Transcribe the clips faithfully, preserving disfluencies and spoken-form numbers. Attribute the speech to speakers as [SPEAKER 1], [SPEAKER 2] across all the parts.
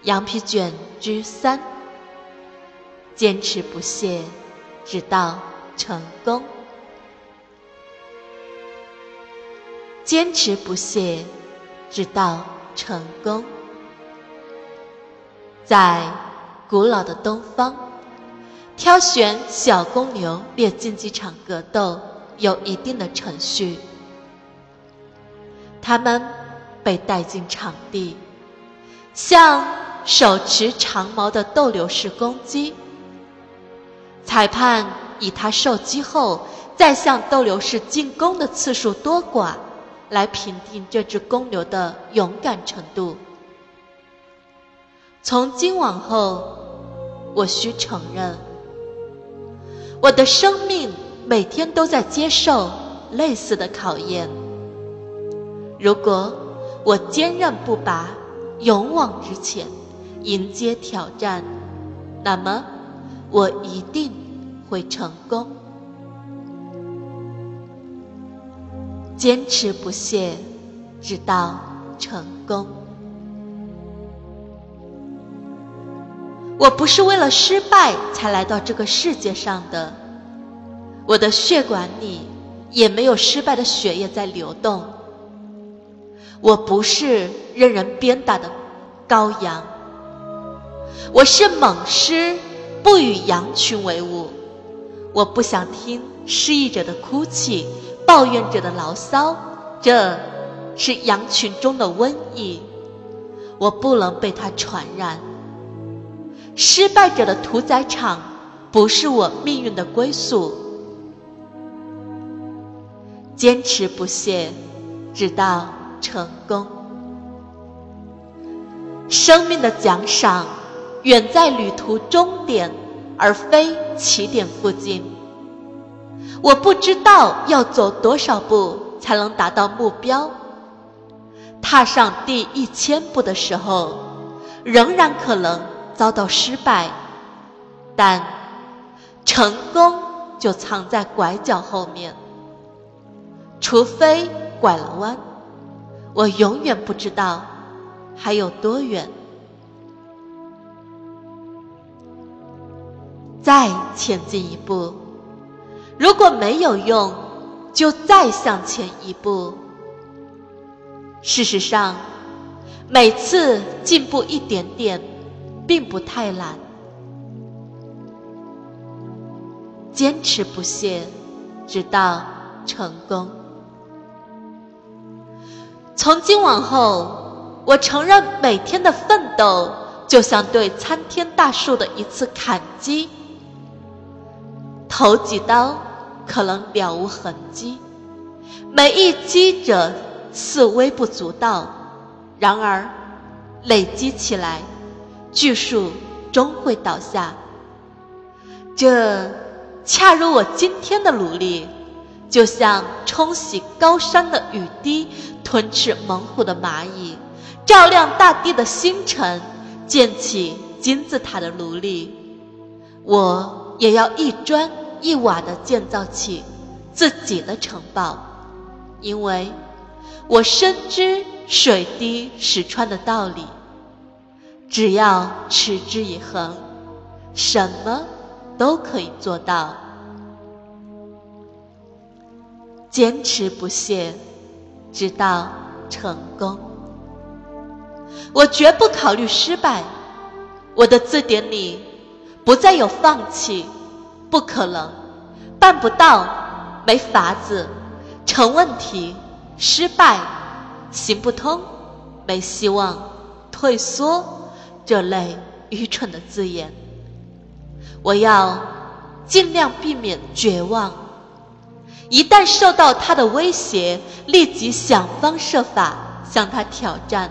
[SPEAKER 1] 羊皮卷之三，坚持不懈，直到成功。坚持不懈，直到成功。在古老的东方，挑选小公牛列竞技场格斗有一定的程序。他们被带进场地，向手持长矛的斗牛士攻击。裁判以他受击后再向斗牛士进攻的次数多寡来评定这只公牛的勇敢程度。从今往后，我需承认，我的生命每天都在接受类似的考验。如果我坚韧不拔，勇往直前，迎接挑战，那么我一定会成功。坚持不懈，直到成功。我不是为了失败才来到这个世界上的，我的血管里也没有失败的血液在流动。我不是任人鞭打的羔羊，我是猛狮，不与羊群为伍。我不想听失意者的哭泣，抱怨者的牢骚，这是羊群中的瘟疫，我不能被它传染。失败者的屠宰场不是我命运的归宿。坚持不懈，直到成功。生命的奖赏远在旅途终点，而非起点附近。我不知道要走多少步才能达到目标。踏上第一千步的时候，仍然可能遭到失败，但成功就藏在拐角后面。除非拐了弯，我永远不知道还有多远。再前进一步，如果没有用，就再向前一步。事实上，每次进步一点点并不太难。坚持不懈，直到成功。从今往后，我承认每天的奋斗就像对参天大树的一次砍击，头几刀可能了无痕迹，每一击者似微不足道，然而累积起来，巨树终会倒下。这恰如我今天的努力，就像冲洗高山的雨滴，吞噬猛虎的蚂蚁，照亮大地的星辰，建起金字塔的奴隶。我也要一砖一瓦地建造起自己的城堡，因为我深知水滴石穿的道理。只要持之以恒，什么都可以做到。坚持不懈，直到成功。我绝不考虑失败，我的字典里不再有放弃、不可能、办不到、没法子、成问题、失败、行不通、没希望、退缩这类愚蠢的字眼。我要尽量避免绝望，一旦受到他的威胁，立即想方设法向他挑战。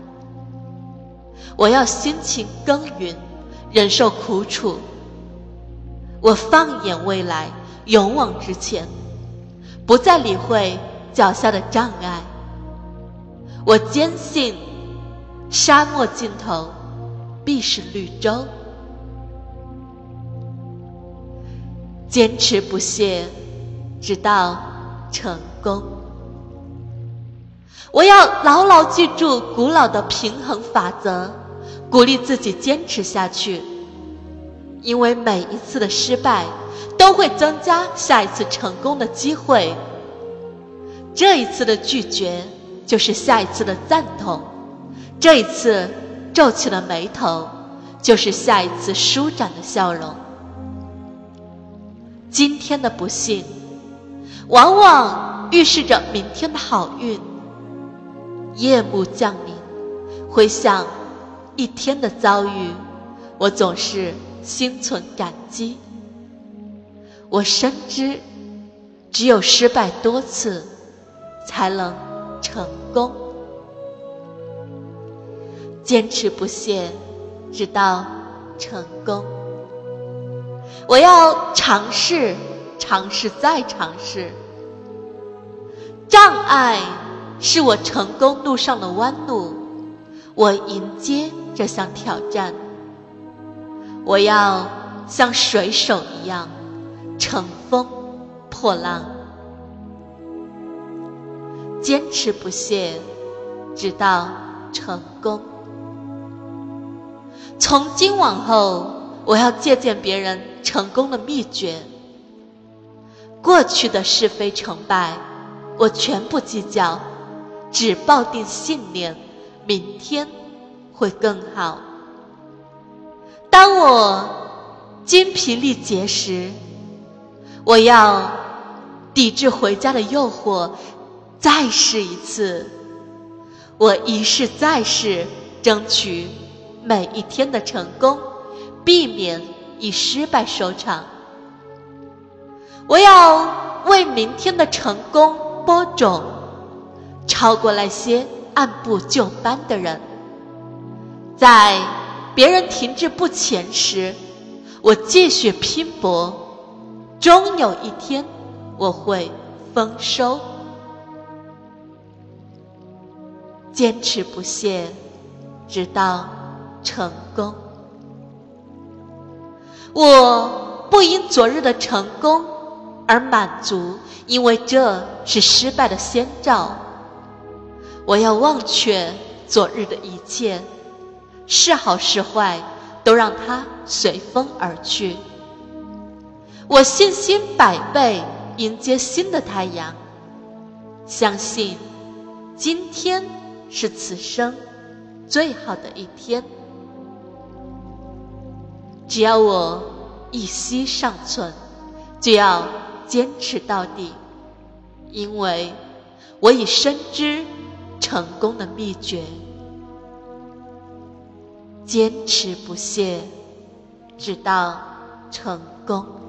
[SPEAKER 1] 我要辛勤耕耘，忍受苦楚。我放眼未来，勇往直前，不再理会脚下的障碍。我坚信，沙漠尽头必是绿洲。坚持不懈，直到成功。我要牢牢记住古老的平衡法则， 鼓励自己坚持下去，因为每一次的失败都会增加下一次成功的机会。这一次的拒绝就是下一次的赞同，这一次皱起了眉头就是下一次舒展的笑容。今天的不幸往往预示着明天的好运。夜幕降临，回想一天的遭遇，我总是心存感激。我深知只有失败多次才能成功，坚持不懈直到成功。我要尝试，尝试再尝试。障碍是我成功路上的弯路，我迎接这项挑战。我要像水手一样乘风破浪，坚持不懈直到成功。从今往后，我要借鉴别人成功的秘诀。过去的是非成败我全不计较，只抱定信念，明天会更好。当我精疲力竭时，我要抵制回家的诱惑，再试一次。我一试再试，争取每一天的成功，避免以失败收场。我要为明天的成功播种，超过那些按部就班的人。在别人停滞不前时，我继续拼搏，终有一天我会丰收。坚持不懈直到成功。我不因昨日的成功而满足，因为这是失败的先兆。我要忘却昨日的一切，是好是坏都让它随风而去。我信心百倍迎接新的太阳，相信今天是此生最好的一天。只要我一息尚存，就要坚持到底，因为我已深知成功的秘诀。坚持不懈直到成功。